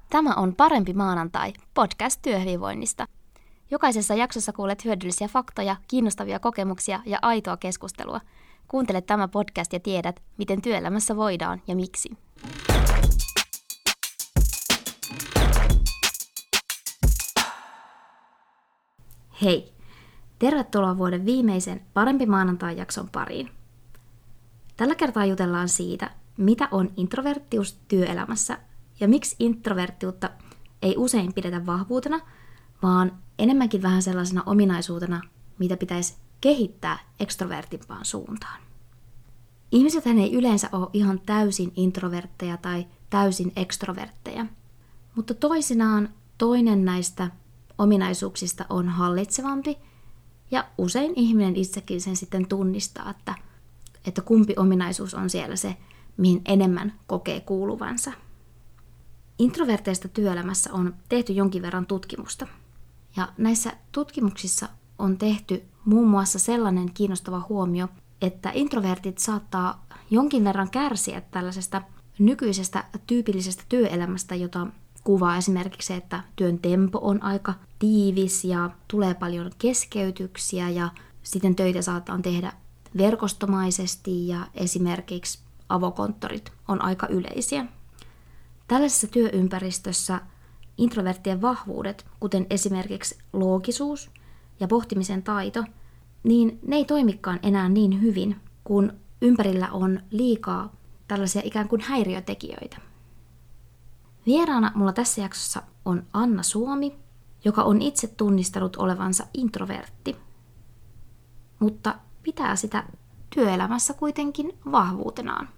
Tämä on Parempi maanantai, podcast työhyvinvoinnista. Jokaisessa jaksossa kuulet hyödyllisiä faktoja, kiinnostavia kokemuksia ja aitoa keskustelua. Kuuntele tämä podcast ja tiedät, miten työelämässä voidaan ja miksi. Hei! Tervetuloa vuoden viimeisen Parempi maanantai-jakson pariin. Tällä kertaa jutellaan siitä, mitä on introverttius työelämässä ja miksi introverttiutta ei usein pidetä vahvuutena, vaan enemmänkin vähän sellaisena ominaisuutena, mitä pitäisi kehittää ekstrovertimpaan suuntaan. Ihmisethän ei yleensä ole ihan täysin introvertteja tai täysin ekstrovertteja, mutta toisinaan toinen näistä ominaisuuksista on hallitsevampi ja usein ihminen itsekin sen sitten tunnistaa, että kumpi ominaisuus on siellä se, mihin enemmän kokee kuuluvansa. Introverteista työelämässä on tehty jonkin verran tutkimusta. Ja näissä tutkimuksissa on tehty muun muassa sellainen kiinnostava huomio, että introvertit saattaa jonkin verran kärsiä tällaisesta nykyisestä tyypillisestä työelämästä, jota kuvaa esimerkiksi se, että työn tempo on aika tiivis ja tulee paljon keskeytyksiä ja sitten töitä saataan tehdä verkostomaisesti ja esimerkiksi avokonttorit on aika yleisiä. Tällaisessa työympäristössä introverttien vahvuudet, kuten esimerkiksi loogisuus ja pohtimisen taito, niin ne ei toimikaan enää niin hyvin, kun ympärillä on liikaa tällaisia ikään kuin häiriötekijöitä. Vieraana mulla tässä jaksossa on Anna Suomi, joka on itse tunnistanut olevansa introvertti, mutta pitää sitä työelämässä kuitenkin vahvuutenaan.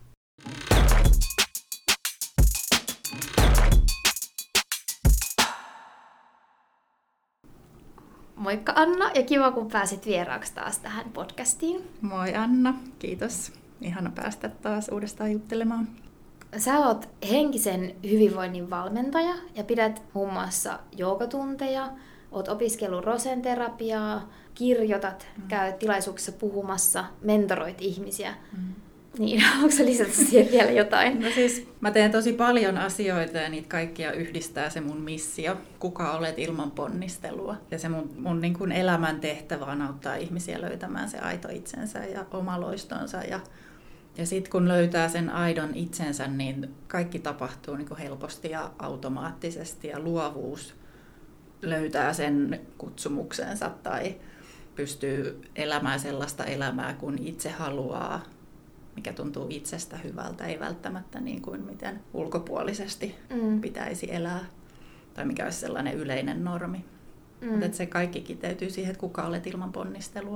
Moikka Anna ja kiva kun pääsit vieraaksi taas tähän podcastiin. Moi Anna, kiitos. Ihana päästä taas uudestaan juttelemaan. Sä oot henkisen hyvinvoinnin valmentaja ja pidät muun muassa joogatunteja, oot opiskellut rosenterapiaa, kirjoitat, käyt tilaisuuksissa puhumassa, mentoroit ihmisiä. Niin, onko sä lisätä siihen vielä jotain? No siis, mä teen tosi paljon asioita ja niitä kaikkia yhdistää se mun missio, kuka olet ilman ponnistelua. Ja se mun niin kuin elämän tehtävä on auttaa ihmisiä löytämään se aito itsensä ja oma loistonsa. Ja sitten kun löytää sen aidon itsensä, niin kaikki tapahtuu niin kuin helposti ja automaattisesti ja luovuus löytää sen kutsumuksensa tai pystyy elämään sellaista elämää, kun itse haluaa, mikä tuntuu itsestä hyvältä, ei välttämättä niin kuin miten ulkopuolisesti pitäisi elää tai mikä olisi sellainen yleinen normi. Mutta se kaikki kiteytyy siihen, että kuka olet ilman ponnistelua.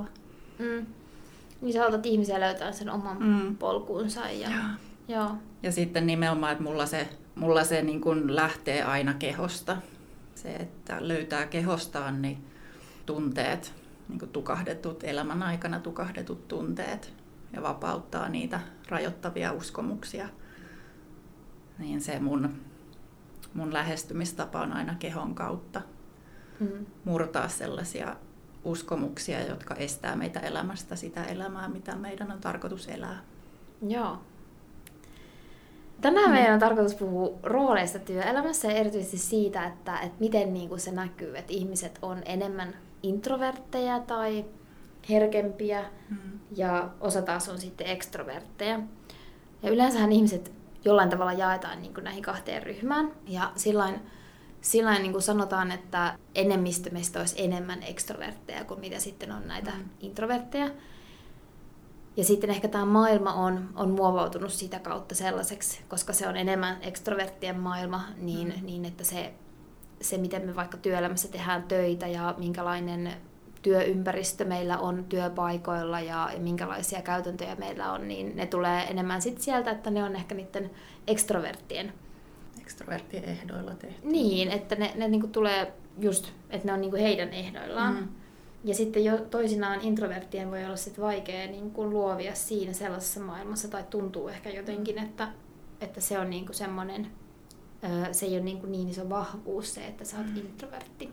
Niin sä autat ihmisiä löytää sen oman polkunsa. Joo. Ja sitten nimenomaan, että mulla se niin kuin lähtee aina kehosta. Se, että löytää kehostaan niin tunteet, niin kuin tukahdetut elämän aikana tukahdetut tunteet ja vapauttaa niitä rajoittavia uskomuksia. Niin se mun lähestymistapa on aina kehon kautta murtaa sellaisia uskomuksia, jotka estää meitä elämästä sitä elämää, mitä meidän on tarkoitus elää. Joo. Tänään meidän on tarkoitus puhua rooleista työelämässä ja erityisesti siitä, että miten niin kuin se näkyy, että ihmiset on enemmän introvertteja tai herkempiä ja osa taas on sitten ekstrovertteja. Ja yleensähän ihmiset jollain tavalla jaetaan niin kuin näihin kahteen ryhmään ja sillain niin kuin sanotaan, että enemmistö meistä olisi enemmän ekstrovertteja kuin mitä sitten on näitä introvertteja. Ja sitten ehkä tämä maailma on muovautunut sitä kautta sellaiseksi, koska se on enemmän ekstroverttien maailma, niin että se, miten me vaikka työelämässä tehdään töitä ja minkälainen työympäristö meillä on työpaikoilla ja minkälaisia käytäntöjä meillä on, niin ne tulee enemmän sit sieltä, että ne on ehkä niiden ekstroverttien ehdoilla tehty. Niin, että ne niinku tulee just, että ne on niinku heidän ehdoillaan. Ja sitten jo toisinaan introverttien voi olla sit vaikea niinku luovia siinä sellaisessa maailmassa, tai tuntuu ehkä jotenkin, että se on niinku semmoinen, se ei ole niin iso vahvuus se, että sä oot introvertti.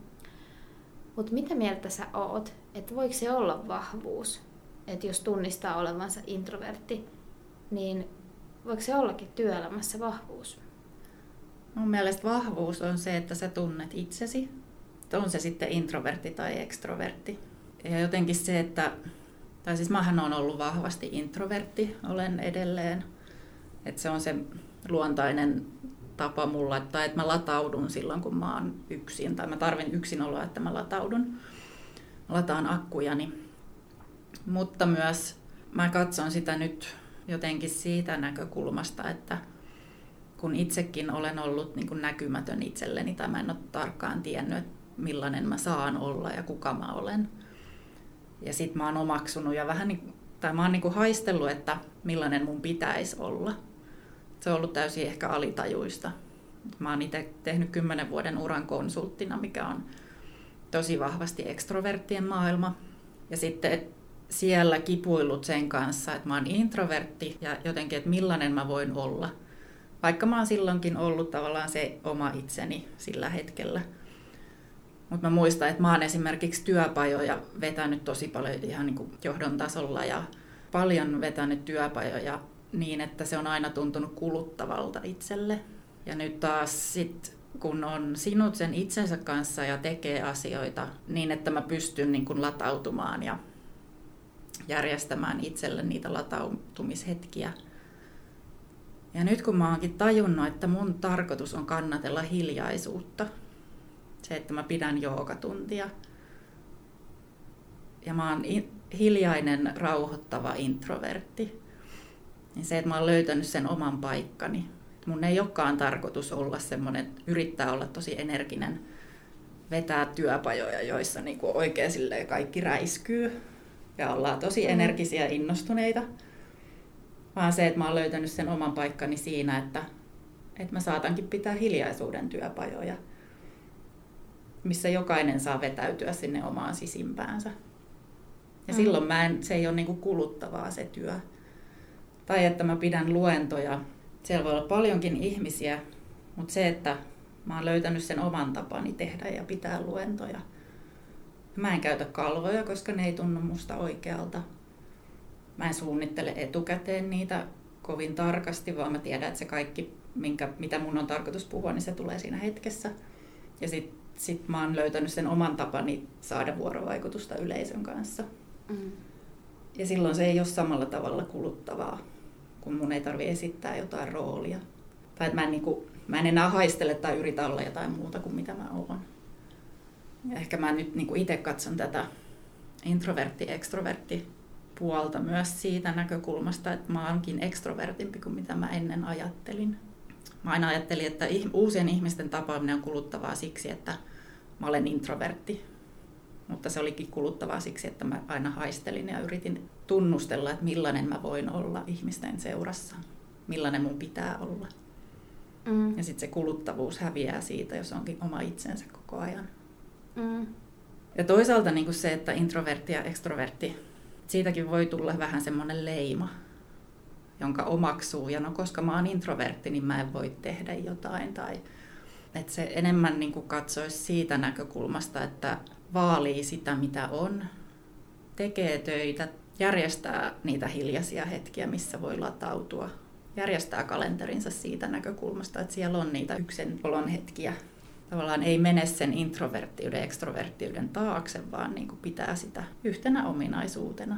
Mutta mitä mieltä sä oot, että voiko se olla vahvuus, että jos tunnistaa olevansa introvertti, niin voiko se ollakin työelämässä vahvuus? Mun mielestä vahvuus on se, että sä tunnet itsesi. On se sitten introvertti tai ekstrovertti. Ja jotenkin se, että... Tai siis mähän olen ollut vahvasti introvertti, olen edelleen. Että se on se luontainen tapa mulla, että mä lataudun silloin, kun mä oon yksin. Tai mä tarvin yksinoloa, että mä lataudun. Mä lataan akkujani. Mutta myös mä katson sitä nyt jotenkin siitä näkökulmasta, että kun itsekin olen ollut niin kuin näkymätön itselleni, tai mä en ole tarkkaan tiennyt, että millainen mä saan olla ja kuka mä olen. Ja sit mä oon omaksunut ja vähän, tai mä oon niin kuin haistellut, että millainen mun pitäisi olla. Se on ollut täysin ehkä alitajuista. Mä oon itse tehnyt 10 vuoden uran konsulttina, mikä on tosi vahvasti ekstroverttien maailma. Ja sitten siellä kipuillut sen kanssa, että mä oon introvertti ja jotenkin, että millainen mä voin olla. Vaikka mä oon silloinkin ollut tavallaan se oma itseni sillä hetkellä. Mutta mä muistan, että mä oon esimerkiksi työpajoja vetänyt tosi paljon ihan niin kuin johdon tasolla ja paljon vetänyt työpajoja niin, että se on aina tuntunut kuluttavalta itselle. Ja nyt taas sit, kun on sinut sen itsensä kanssa ja tekee asioita niin, että mä pystyn niin kuin latautumaan ja järjestämään itselle niitä latautumishetkiä. Ja nyt kun mä oonkin tajunnut, että mun tarkoitus on kannatella hiljaisuutta, se, että mä pidän joogatuntia. Ja mä oon hiljainen, rauhoittava introvertti. Niin se, että mä oon löytänyt sen oman paikkani. Mun ei olekaan tarkoitus olla semmoinen, yrittää olla tosi energinen, vetää työpajoja, joissa niinku oikein kaikki räiskyy. Ja ollaan tosi energisiä ja innostuneita. Vaan se, että mä oon löytänyt sen oman paikkani siinä, että mä saatankin pitää hiljaisuuden työpajoja, missä jokainen saa vetäytyä sinne omaan sisimpäänsä. Ja silloin se ei ole niinku kuluttavaa se työ. Tai että mä pidän luentoja. Siellä voi olla paljonkin ihmisiä, mutta se, että mä oon löytänyt sen oman tapani tehdä ja pitää luentoja. Mä en käytä kalvoja, koska ne ei tunnu musta oikealta. Mä en suunnittele etukäteen niitä kovin tarkasti, vaan mä tiedän, että se kaikki, mitä mun on tarkoitus puhua, niin se tulee siinä hetkessä. Ja sit mä oon löytänyt sen oman tapani saada vuorovaikutusta yleisön kanssa. Ja silloin se ei ole samalla tavalla kuluttavaa, kun mun ei tarvitse esittää jotain roolia. Tai että mä en enää haistele tai yritä olla jotain muuta kuin mitä mä oon. Ja ehkä mä nyt itse katson tätä introvertti-ekstrovertti puolta myös siitä näkökulmasta, että mä oonkin ekstrovertimpi kuin mitä mä ennen ajattelin. Mä aina ajattelin, että uusien ihmisten tapaaminen on kuluttavaa siksi, että mä olen introvertti. Mutta se olikin kuluttavaa siksi, että mä aina haistelin ja yritin tunnustella, että millainen mä voin olla ihmisten seurassa. Millainen mun pitää olla. Ja sitten se kuluttavuus häviää siitä, jos onkin oma itsensä koko ajan. Ja toisaalta niin kuin se, että introvertti ja ekstrovertti, siitäkin voi tulla vähän semmoinen leima, jonka omaksuu. Ja no koska mä oon introvertti, niin mä en voi tehdä jotain. Tai että se enemmän niin kuin katsoisi siitä näkökulmasta, että vaalii sitä mitä on, tekee töitä, järjestää niitä hiljaisia hetkiä, missä voi latautua. Järjestää kalenterinsa siitä näkökulmasta, että siellä on niitä yksinolon hetkiä. Tavallaan ei mene sen introverttiyden, ekstroverttiyden taakse, vaan niin kuin pitää sitä yhtenä ominaisuutena.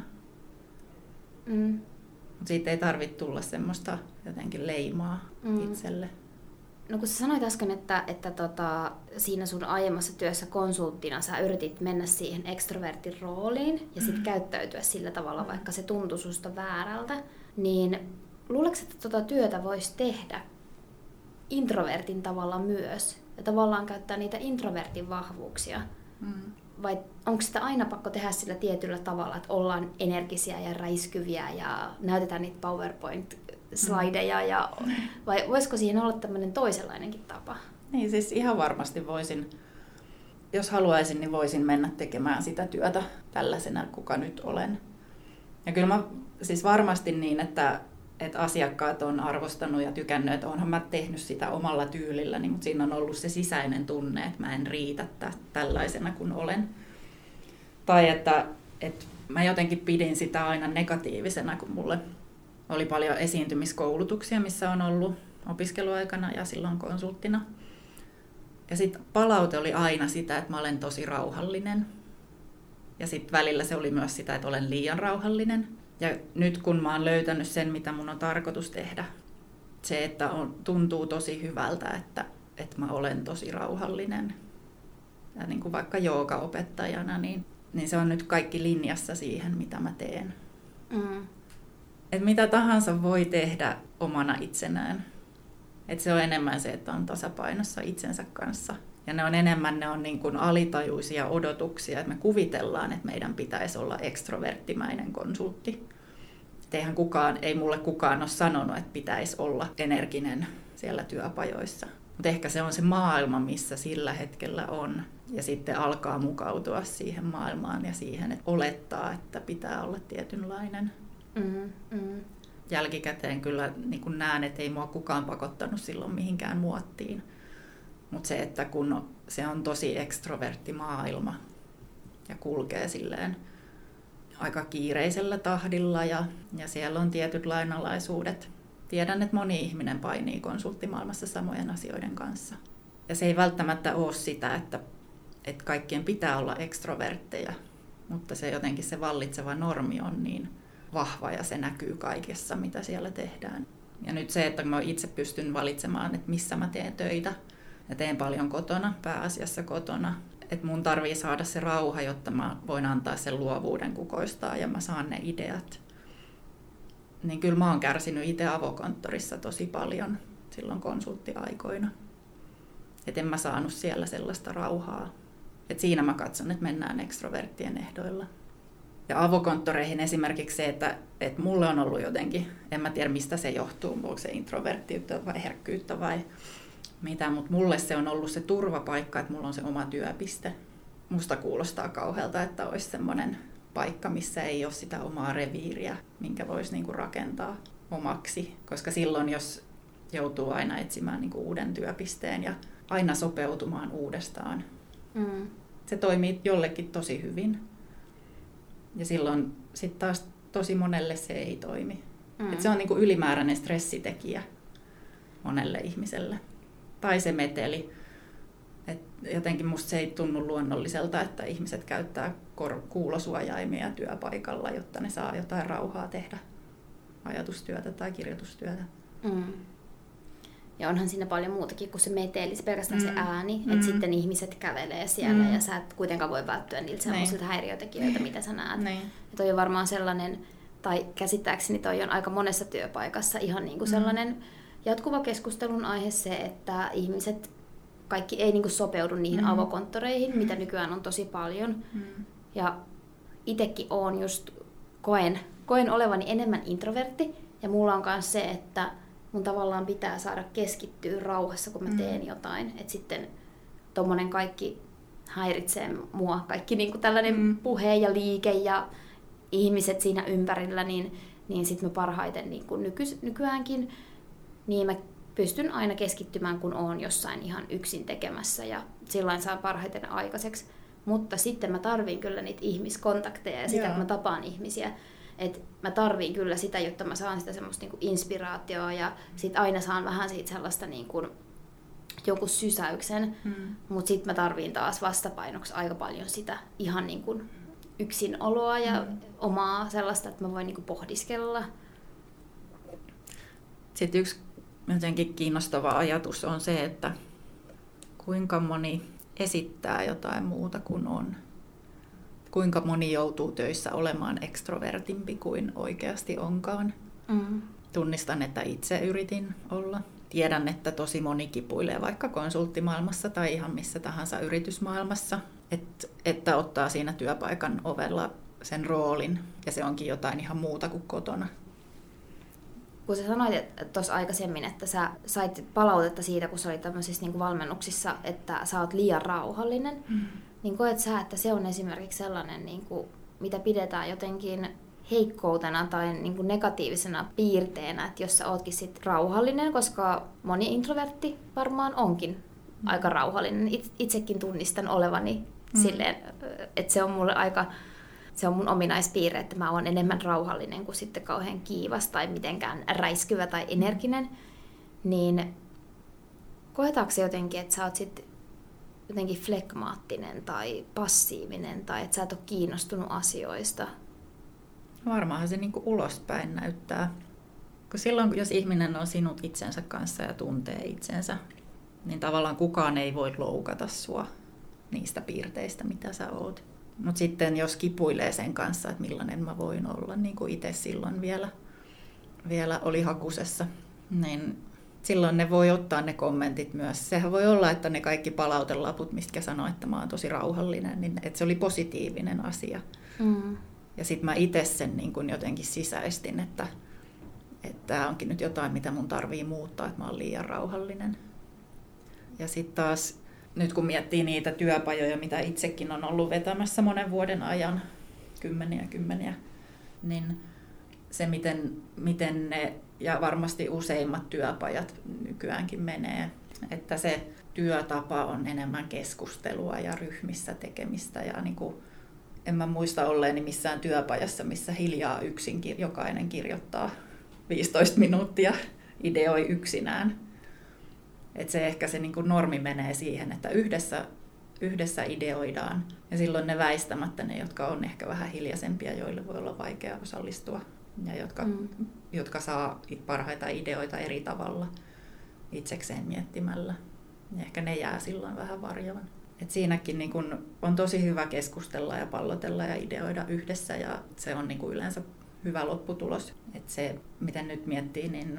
Mutta siitä ei tarvitse tulla semmoista jotenkin leimaa itselle. No kun sä sanoit äsken, että siinä sun aiemmassa työssä konsulttina sä yritit mennä siihen ekstrovertin rooliin ja sitten käyttäytyä sillä tavalla, vaikka se tuntui susta väärältä, niin luuletko, että tuota työtä voisi tehdä introvertin tavalla myös ja tavallaan käyttää niitä introvertin vahvuuksia? Vai onko sitä aina pakko tehdä sillä tietyllä tavalla, että ollaan energisiä ja räiskyviä ja näytetään niitä PowerPoint-slideja, vai voisiko siihen olla tämmöinen toisenlainenkin tapa? Niin siis ihan varmasti voisin, jos haluaisin, niin voisin mennä tekemään sitä työtä tällaisena, kuka nyt olen. Ja kyllä mä siis varmasti niin, että asiakkaat on arvostanut ja tykännyt, että onhan mä tehnyt sitä omalla tyylilläni, mutta siinä on ollut se sisäinen tunne, että mä en riitä tällaisena kuin olen. Tai että mä jotenkin pidin sitä aina negatiivisena, kun mulle oli paljon esiintymiskoulutuksia, missä on ollut opiskeluaikana ja silloin konsulttina. Ja sitten palaute oli aina sitä, että mä olen tosi rauhallinen. Ja sitten välillä se oli myös sitä, että olen liian rauhallinen. Ja nyt kun mä oon löytänyt sen, mitä mun on tarkoitus tehdä, se, että tuntuu tosi hyvältä, että mä olen tosi rauhallinen. Ja niin kuin vaikka joogaopettajana, niin se on nyt kaikki linjassa siihen, mitä mä teen. Että mitä tahansa voi tehdä omana itsenään. Että se on enemmän se, että on tasapainossa itsensä kanssa. Ja ne on niin kuin alitajuisia odotuksia, että me kuvitellaan, että meidän pitäisi olla ekstroverttimäinen konsultti. Ei mulle kukaan ole sanonut, että pitäisi olla energinen siellä työpajoissa. Mutta ehkä se on se maailma, missä sillä hetkellä on. Ja sitten alkaa mukautua siihen maailmaan ja siihen, että olettaa, että pitää olla tietynlainen. Jälkikäteen kyllä niin kun näen, että ei mua kukaan pakottanut silloin mihinkään muottiin. Mutta se, että kun se on tosi ekstrovertti maailma ja kulkee silleen aika kiireisellä tahdilla ja siellä on tietyt lainalaisuudet. Tiedän, että moni ihminen painii konsulttimaailmassa samojen asioiden kanssa. Ja se ei välttämättä ole sitä, että kaikkien pitää olla ekstrovertteja, mutta se jotenkin se vallitseva normi on niin vahva ja se näkyy kaikessa, mitä siellä tehdään. Ja nyt se, että mä itse pystyn valitsemaan, että missä mä teen töitä. Ja teen paljon kotona, pääasiassa kotona. Että mun tarvii saada se rauha, jotta mä voin antaa sen luovuuden kukoistaa ja mä saan ne ideat. Niin kyllä mä oon kärsinyt itse avokonttorissa tosi paljon silloin konsulttiaikoina. Että en mä saanut siellä sellaista rauhaa. Et siinä mä katson, että mennään ekstroverttien ehdoilla. Ja avokonttoreihin esimerkiksi se, että mulle on ollut jotenkin, en mä tiedä mistä se johtuu, onko se introverttiyttä vai herkkyyttä vai mitä, mutta mulle se on ollut se turvapaikka, että mulla on se oma työpiste. Musta kuulostaa kauhealta, että olisi semmoinen paikka, missä ei ole sitä omaa reviiriä, minkä voisi niinku rakentaa omaksi. Koska silloin, jos joutuu aina etsimään niinku uuden työpisteen ja aina sopeutumaan uudestaan, se toimii jollekin tosi hyvin. Ja silloin sitten taas tosi monelle se ei toimi. Et se on niinku ylimääräinen stressitekijä monelle ihmiselle. Tai se meteli. Et jotenkin musta se ei tunnu luonnolliselta, että ihmiset käyttää kuulosuojaimia työpaikalla, jotta ne saa jotain rauhaa tehdä ajatustyötä tai kirjoitustyötä. Ja onhan siinä paljon muutakin kuin se meteli, pelkästään se ääni, että sitten ihmiset kävelee siellä ja sä et kuitenkaan voi välttyä niiltä sellaisilta häiriötekijöiltä, mitä sä näet. Ja toi on varmaan sellainen, tai käsittääkseni toi on aika monessa työpaikassa ihan niin kuin sellainen jatkuva keskustelun aihe se, että ihmiset kaikki ei niin kuin sopeudu niihin avokonttoreihin, mitä nykyään on tosi paljon. Ja itsekin koen olevani enemmän introvertti ja mulla on myös se, että mun tavallaan pitää saada keskittyä rauhassa, kun mä teen jotain. Että sitten tommonen kaikki häiritsee mua, kaikki niin kuin tällainen puhe ja liike ja ihmiset siinä ympärillä, niin sit mä parhaiten niin kuin nykyäänkin, niin mä pystyn aina keskittymään, kun oon jossain ihan yksin tekemässä ja silloin saan parhaiten aikaiseksi. Mutta sitten mä tarviin kyllä niitä ihmiskontakteja ja sitä, että mä tapaan ihmisiä. Et mä tarviin kyllä sitä, jotta mä saan sitä semmoista niinku inspiraatioa ja sit aina saan vähän siitä sellaista niinku jonkun sysäyksen. Mutta sit mä tarviin taas vastapainoksi aika paljon sitä ihan niinku yksinoloa ja omaa sellaista, että mä voin niinku pohdiskella. Sitten yksi jotenkin kiinnostava ajatus on se, että kuinka moni esittää jotain muuta kuin on. Kuinka moni joutuu töissä olemaan ekstrovertimpi kuin oikeasti onkaan. Tunnistan, että itse yritin olla. Tiedän, että tosi moni kipuilee vaikka konsulttimaailmassa tai ihan missä tahansa yritysmaailmassa, että ottaa siinä työpaikan ovella sen roolin ja se onkin jotain ihan muuta kuin kotona. Kun sä sanoit tuossa aikaisemmin, että sä sait palautetta siitä, kun sä olit tämmöisissä niin kuin valmennuksissa, että sä oot liian rauhallinen, niin koet sä, että se on esimerkiksi sellainen, niin kuin, mitä pidetään jotenkin heikkoutena tai niin kuin negatiivisena piirteenä, että jos sä ootkin sit rauhallinen, koska moni introvertti varmaan onkin aika rauhallinen. Itsekin tunnistan olevani silleen, että se on mulle se on mun ominaispiirre, että mä oon enemmän rauhallinen kuin sitten kauhean kiivas tai mitenkään räiskyvä tai energinen. niin koetaanko se jotenkin, että sä oot sit jotenkin flegmaattinen tai passiivinen tai että sä et ole kiinnostunut asioista? Varmaanhan se niinku ulospäin näyttää. Kun silloin, jos ihminen on sinut itsensä kanssa ja tuntee itsensä, niin tavallaan kukaan ei voi loukata sua niistä piirteistä, mitä sä oot. Mutta sitten jos kipuilee sen kanssa, että millainen mä voin olla, niin kuin itse silloin vielä oli hakusessa, niin silloin ne voi ottaa ne kommentit myös. Sehän voi olla, että ne kaikki palautelaput, mistä sanoo, että mä oon tosi rauhallinen, niin että se oli positiivinen asia. Mm. Ja sitten mä itse sen niin kun jotenkin sisäistin, että tämä onkin nyt jotain, mitä mun tarvii muuttaa, että mä oon liian rauhallinen. Ja sitten taas, nyt kun miettii niitä työpajoja, mitä itsekin on ollut vetämässä monen vuoden ajan, kymmeniä, niin se miten ne, ja varmasti useimmat työpajat nykyäänkin menee, että se työtapa on enemmän keskustelua ja ryhmissä tekemistä. Ja niin kuin, en mä muista olleeni missään työpajassa, missä hiljaa yksin jokainen kirjoittaa 15 minuuttia, ideoi yksinään. Että se ehkä se niin kuin normi menee siihen, että yhdessä ideoidaan. Ja silloin ne väistämättä ne, jotka on ehkä vähän hiljaisempia, joille voi olla vaikea osallistua. Ja jotka saa parhaita ideoita eri tavalla itsekseen miettimällä. Ja ehkä ne jää silloin vähän varjoon. Et siinäkin niin kun on tosi hyvä keskustella ja pallotella ja ideoida yhdessä. Ja se on niin kun yleensä hyvä lopputulos. Et se, miten nyt miettii, niin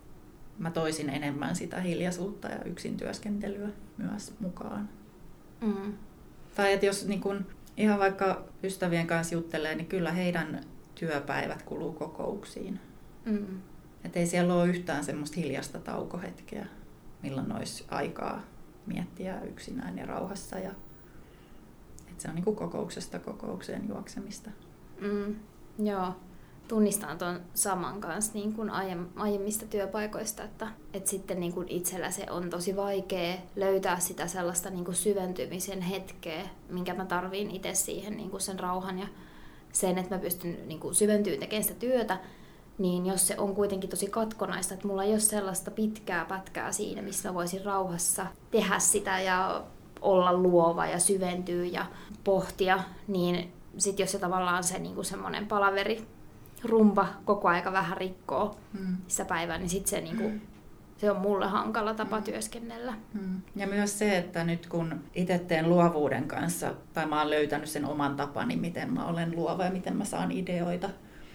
mä toisin enemmän sitä hiljaisuutta ja yksin työskentelyä myös mukaan. Mm. Tai että jos niin kun ihan vaikka ystävien kanssa juttelee, niin kyllä heidän työpäivät kuluu kokouksiin. Mm. Että ei siellä ole yhtään semmoista hiljasta taukohetkeä, milloin olisi aikaa miettiä yksinään ja rauhassa. Ja että se on niin kuin kokouksesta kokoukseen juoksemista. Mm. Joo, tunnistan tuon saman kanssa niin kuin aiemmista työpaikoista, että sitten niin kuin itsellä se on tosi vaikea löytää sitä sellaista niin kuin syventymisen hetkeä, minkä mä tarviin itse siihen niin kuin sen rauhan ja sen, että mä pystyn niin kuin syventyyn tekemään sitä työtä, niin jos se on kuitenkin tosi katkonaista, että mulla ei ole sellaista pitkää pätkää siinä, missä mä voisin rauhassa tehdä sitä ja olla luova ja syventyä ja pohtia, niin sit jos se tavallaan se niin kuin semmoinen palaverirumba koko aika vähän rikkoo sitä päivää, niin sit se niin kuin, se on mulle hankala tapa työskennellä. Ja myös se, että nyt kun itse teen luovuuden kanssa, tai mä oon löytänyt sen oman tapani, miten mä olen luova ja miten mä saan ideoita.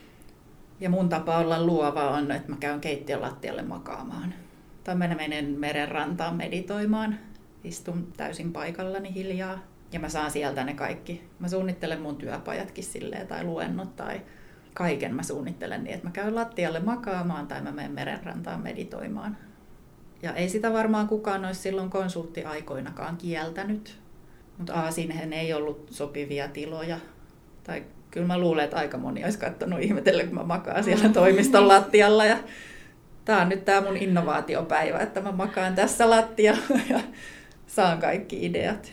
Ja mun tapa olla luova on, että mä käyn keittiön lattialle makaamaan. Tai mä menen merenrantaan meditoimaan, istun täysin paikallani hiljaa. Ja mä saan sieltä ne kaikki. Mä suunnittelen mun työpajatkin silleen, tai luennot, tai kaiken mä suunnittelen niin, että mä käyn lattialle makaamaan, tai mä menen merenrantaan meditoimaan. Ja ei sitä varmaan kukaan olisi silloin konsulttiaikoinakaan kieltänyt. Mutta siinähän ei ollut sopivia tiloja. Tai kyllä mä luulen, että aika moni olisi katsonut ihmetellä, kun mä makaan siellä toimiston lattialla. Ja tää on nyt tää mun innovaatiopäivä, että mä makaan tässä lattialla ja saan kaikki ideat.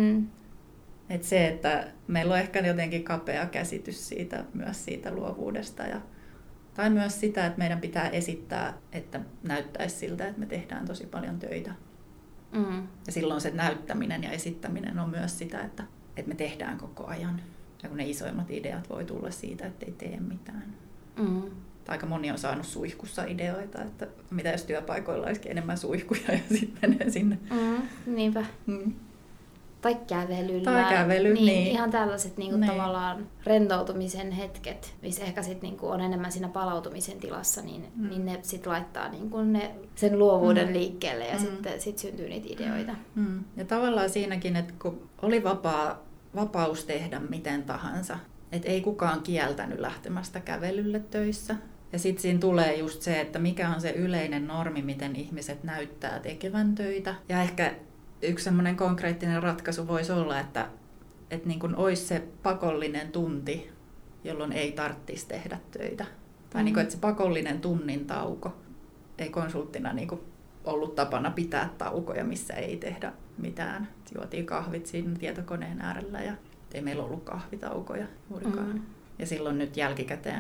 Et se, että meillä on ehkä jotenkin kapea käsitys myös siitä luovuudesta. Tai myös sitä, että meidän pitää esittää, että näyttäisi siltä, että me tehdään tosi paljon töitä. Ja silloin se näyttäminen ja esittäminen on myös sitä, että me tehdään koko ajan. Ja kun ne isoimmat ideat voi tulla siitä, että ei tee mitään. Aika moni on saanut suihkussa ideoita, että mitä jos työpaikoilla olisikin enemmän suihkuja ja sitten menee sinne. Niinpä. Tai kävelyllä. Tai kävely, niin. Ihan tällaiset niin kuin tavallaan rentoutumisen hetket, missä ehkä sit niin kuin on enemmän siinä palautumisen tilassa, niin ne sit laittaa niin kuin sen luovuuden liikkeelle ja sitten syntyy niitä ideoita. Ja tavallaan siinäkin, että kun oli vapaus tehdä miten tahansa, että ei kukaan kieltänyt lähtemästä kävelylle töissä. Ja sitten siinä tulee just se, että mikä on se yleinen normi, miten ihmiset näyttää tekevän töitä. Ja ehkä yksi semmoinen konkreettinen ratkaisu voisi olla, että niin kun olisi se pakollinen tunti, jolloin ei tarvitsisi tehdä töitä. Tai niin kun, että se pakollinen tunnin tauko. Ei konsulttina niin kun ollut tapana pitää taukoja, missä ei tehdä mitään. Juotiin kahvit siinä tietokoneen äärellä ja ei meillä ollut kahvitaukoja juurikaan. Ja silloin nyt jälkikäteen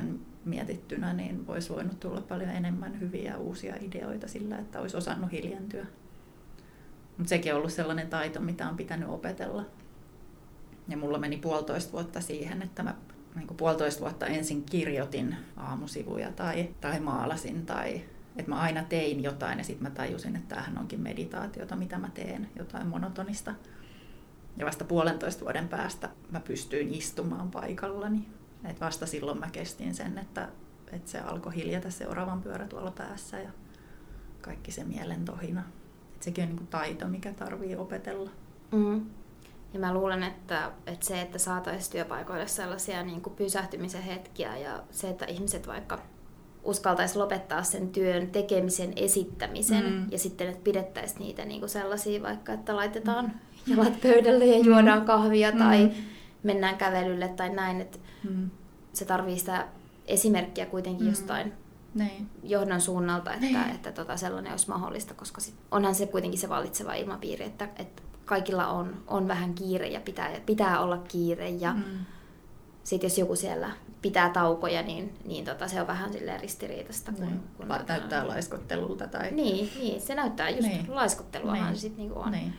mietittynä, niin olisi voinut tulla paljon enemmän hyviä uusia ideoita sillä, että olisi osannut hiljentyä. Mutta sekin on ollut sellainen taito, mitä on pitänyt opetella. Ja mulla meni 1,5 vuotta siihen, että mä niin 1,5 vuotta ensin kirjoitin aamusivuja tai maalasin tai että mä aina tein jotain ja sitten mä tajusin, että tämähän onkin meditaatiota, mitä mä teen, jotain monotonista. Ja vasta 1,5 vuoden päästä mä pystyin istumaan paikallani. Et vasta silloin mä kestin sen, että se alkoi hiljata seuraavan pyörä tuolla päässä ja kaikki se mielentohina. Et sekin on niin kuin taito, mikä tarvii opetella. Mm. Ja mä luulen, että se, että saataisiin työpaikoille sellaisia niin kuin pysähtymisen hetkiä ja se, että ihmiset vaikka uskaltaisi lopettaa sen työn tekemisen, esittämisen ja sitten, että pidettäisiin niitä niin kuin sellaisia vaikka, että laitetaan jalat pöydälle ja juodaan kahvia tai mennään kävelylle tai näin, että se tarvii sitä esimerkkiä kuitenkin jostain johdon suunnalta, että sellainen olisi mahdollista, koska onhan se kuitenkin se vallitseva ilmapiiri, että kaikilla on vähän kiire ja pitää olla kiire ja sitten jos joku siellä pitää taukoja, niin se on vähän silleen ristiriitaista. Kun näyttää laiskottelulta. Tai... Niin, se näyttää just laiskotteluahan se sitten niinku on. Niin.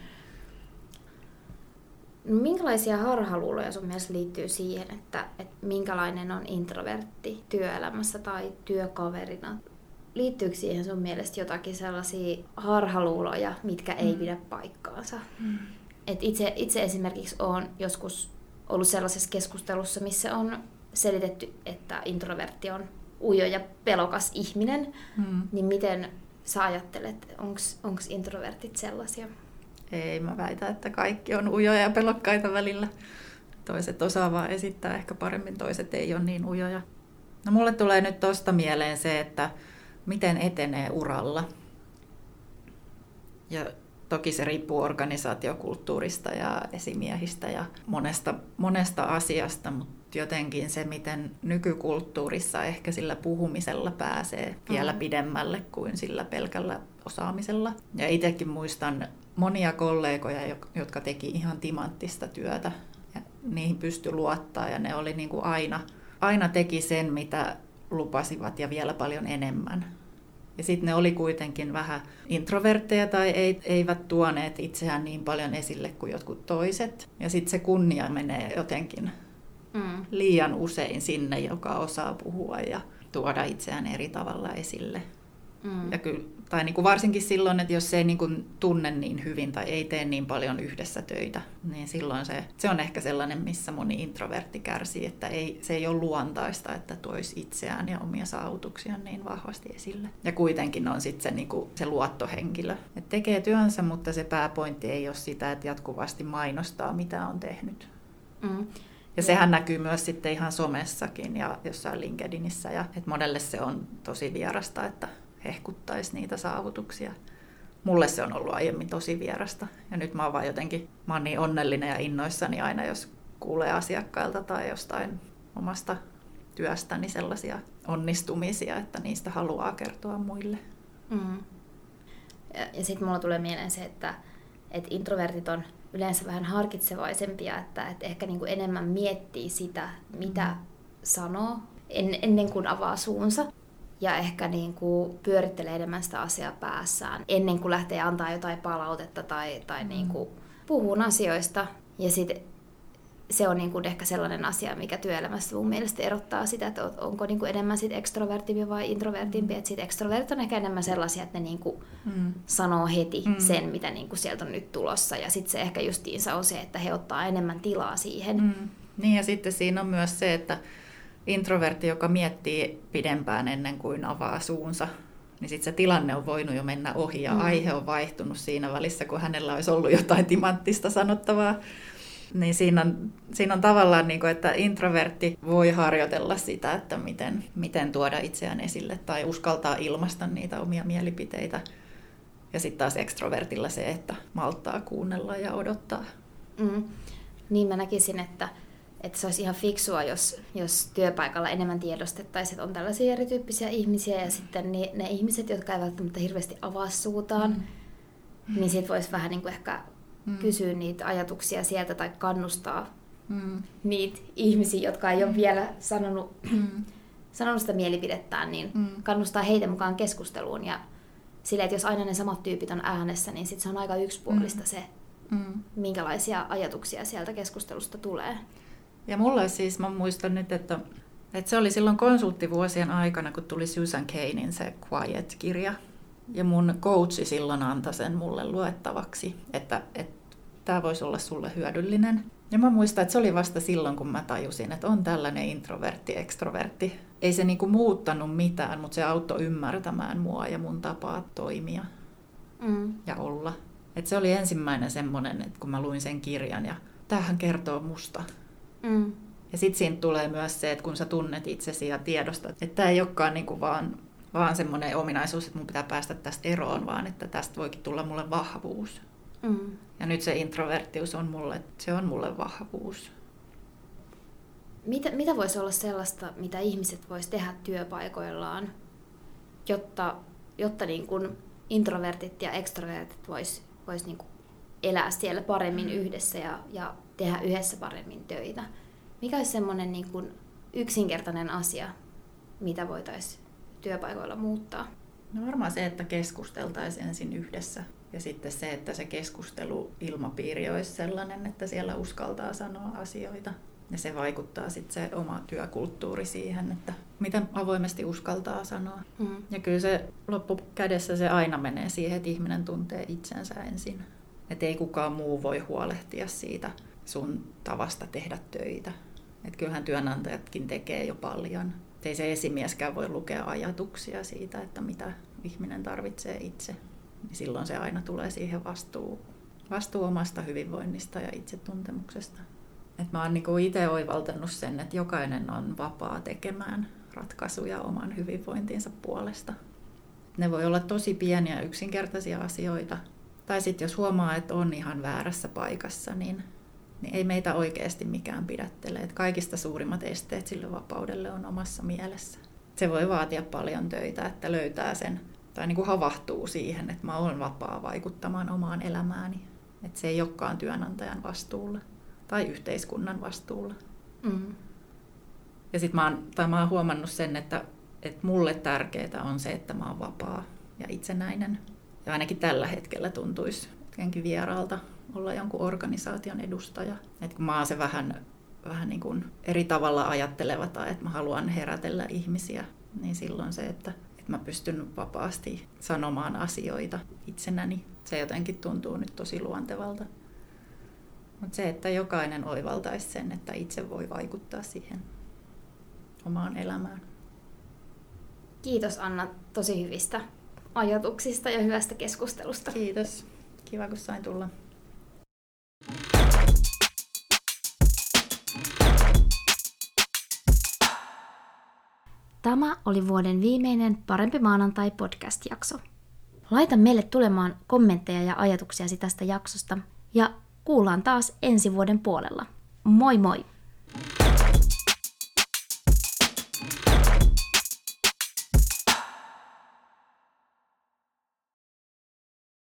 Minkälaisia harhaluuloja sun mielestä liittyy siihen, että minkälainen on introvertti työelämässä tai työkaverina? Liittyykö siihen sun mielestä jotakin sellaisia harhaluuloja, mitkä ei pidä paikkaansa? Et itse esimerkiksi olen joskus ollut sellaisessa keskustelussa, missä on selitetty, että introvertti on ujo ja pelokas ihminen. Niin miten sä ajattelet, onko introvertit sellaisia? Ei, mä väitän, että kaikki on ujoja ja pelokkaita välillä. Toiset osaa vaan esittää ehkä paremmin, toiset ei ole niin ujoja. No mulle tulee nyt tosta mieleen se, että miten etenee uralla. Ja toki se riippuu organisaatiokulttuurista ja esimiehistä ja monesta asiasta, mutta jotenkin se, miten nykykulttuurissa ehkä sillä puhumisella pääsee vielä pidemmälle kuin sillä pelkällä osaamisella. Ja itsekin muistan monia kollegoja, jotka teki ihan timanttista työtä ja niihin pystyi luottaa ja ne oli niin kuin aina teki sen, mitä lupasivat ja vielä paljon enemmän. Ja sitten ne oli kuitenkin vähän introvertteja tai eivät tuoneet itseään niin paljon esille kuin jotkut toiset. Ja sitten se kunnia menee jotenkin liian usein sinne, joka osaa puhua ja tuoda itseään eri tavalla esille. Ja kyllä, tai niin kuin varsinkin silloin, että jos se ei niin kuin tunne niin hyvin tai ei tee niin paljon yhdessä töitä, niin silloin se on ehkä sellainen, missä moni introvertti kärsii, että se ei ole luontaista, että toisi itseään ja omia saavutuksiaan niin vahvasti esille. Ja kuitenkin on sitten se, niin kuin se luottohenkilö. Et tekee työnsä, mutta se pääpointti ei ole sitä, että jatkuvasti mainostaa, mitä on tehnyt. Ja sehän näkyy myös sitten ihan somessakin ja jossain LinkedInissä. Ja, että monelle se on tosi vierasta, että hehkuttaisi niitä saavutuksia. Mulle se on ollut aiemmin tosi vierasta. Ja nyt mä oon niin onnellinen ja innoissani aina, jos kuulee asiakkailta tai jostain omasta työstäni sellaisia onnistumisia, että niistä haluaa kertoa muille. Ja sitten mulla tulee mieleen se, että introvertit on yleensä vähän harkitsevaisempia, että ehkä niinku enemmän miettii sitä, mitä sanoo ennen kuin avaa suunsa. Ja ehkä niinku pyörittelee enemmän sitä asiaa päässään ennen kuin lähtee antaa jotain palautetta tai niinku puhuu asioista. Ja sitten se on niinku ehkä sellainen asia, mikä työelämässä mun mielestä erottaa sitä, että onko niinku enemmän sit ekstrovertimpi vai introvertimpi. Että sit ekstrovertit on ehkä enemmän sellaisia, että ne niinku sanoo heti sen, mitä niinku sieltä on nyt tulossa. Ja sitten se ehkä justiinsa on se, että he ottaa enemmän tilaa siihen. Niin ja sitten siinä on myös se, että introvertti, joka miettii pidempään ennen kuin avaa suunsa, niin sitten se tilanne on voinut jo mennä ohi ja aihe on vaihtunut siinä välissä, kun hänellä olisi ollut jotain timanttista sanottavaa. Niin siinä on tavallaan, niin kuin, että introvertti voi harjoitella sitä, että miten tuoda itseään esille tai uskaltaa ilmaista niitä omia mielipiteitä. Ja sitten taas ekstrovertilla se, että malttaa kuunnella ja odottaa. Niin mä näkisin, että se olisi ihan fiksua, jos työpaikalla enemmän tiedostettaisiin, että on tällaisia erityyppisiä ihmisiä ja sitten ne ihmiset, jotka eivät välttämättä hirveästi avaa suutaan, niin sitten voisi vähän niin kuin ehkä kysyä niitä ajatuksia sieltä tai kannustaa niitä ihmisiä, jotka ei ole vielä sanonut sanonut sitä mielipidettään, niin kannustaa heitä mukaan keskusteluun. Ja silleen, että jos aina ne samat tyypit on äänessä, niin sit se on aika yksipuolista se, minkälaisia ajatuksia sieltä keskustelusta tulee. Ja mulle siis, mä muistan nyt, että se oli silloin konsulttivuosien aikana, kun tuli Susan Cainin se Quiet-kirja. Ja mun coachi silloin antoi sen mulle luettavaksi, että tämä voisi olla sulle hyödyllinen. Ja mä muistan, että se oli vasta silloin, kun mä tajusin, että on tällainen introvertti, extrovertti. Ei se niinku muuttanut mitään, mutta se auttoi ymmärtämään mua ja mun tapaa toimia ja olla. Et se oli ensimmäinen semmoinen, että kun mä luin sen kirjan ja tämähän kertoo musta. Ja sitten siinä tulee myös se, että kun sä tunnet itsesi ja tiedostat, että tämä ei olekaan niinku vaan semmoinen ominaisuus, että mun pitää päästä tästä eroon, vaan että tästä voikin tulla mulle vahvuus. Ja nyt se introverttius on mulle vahvuus. Mitä voisi olla sellaista, mitä ihmiset vois tehdä työpaikoillaan, jotta niin kun introvertit ja extrovertit vois niin kun elää siellä paremmin yhdessä ja tehdä yhdessä paremmin töitä? Mikä olisi semmoinen niin kun yksinkertainen asia, mitä voitaisiin työpaikoilla muuttaa? No varmaan se, että keskusteltaisiin ensin yhdessä. Ja sitten se, että se keskusteluilmapiiri olisi sellainen, että siellä uskaltaa sanoa asioita. Ja se vaikuttaa sitten se oma työkulttuuri siihen, että miten avoimesti uskaltaa sanoa. Ja kyllä se loppukädessä se aina menee siihen, että ihminen tuntee itsensä ensin. Että ei kukaan muu voi huolehtia siitä sun tavasta tehdä töitä. Että kyllähän työnantajatkin tekee jo paljon. Et ei se esimieskään voi lukea ajatuksia siitä, että mitä ihminen tarvitsee itse. Niin silloin se aina tulee siihen vastuu omasta hyvinvoinnista ja itsetuntemuksesta. Et mä oon niinku itse oivaltanut sen, että jokainen on vapaa tekemään ratkaisuja oman hyvinvointinsa puolesta. Ne voi olla tosi pieniä yksinkertaisia asioita. Tai sitten jos huomaa, että on ihan väärässä paikassa, niin ei meitä oikeasti mikään pidättele. Et kaikista suurimmat esteet sille vapaudelle on omassa mielessä. Se voi vaatia paljon töitä, että löytää sen tai niin kuin havahtuu siihen, että mä olen vapaa vaikuttamaan omaan elämääni. Että se ei olekaan työnantajan vastuulla tai yhteiskunnan vastuulla. Ja sitten mä oon huomannut sen, että mulle tärkeää on se, että mä oon vapaa ja itsenäinen. Ja ainakin tällä hetkellä tuntuisi jotenkin vieraalta olla jonkun organisaation edustaja. Et kun mä oon se vähän niin kuin eri tavalla ajatteleva tai että mä haluan herätellä ihmisiä, niin silloin se, että mä pystyn vapaasti sanomaan asioita itsenäni, se jotenkin tuntuu nyt tosi luontevalta. Mutta se, että jokainen oivaltaisi sen, että itse voi vaikuttaa siihen omaan elämään. Kiitos Anna tosi hyvistä ajatuksista ja hyvästä keskustelusta. Kiitos. Kiva, kun sain tulla. Tämä oli vuoden viimeinen Parempi maanantai podcast-jakso. Laita meille tulemaan kommentteja ja ajatuksiasi tästä jaksosta ja kuullaan taas ensi vuoden puolella. Moi moi!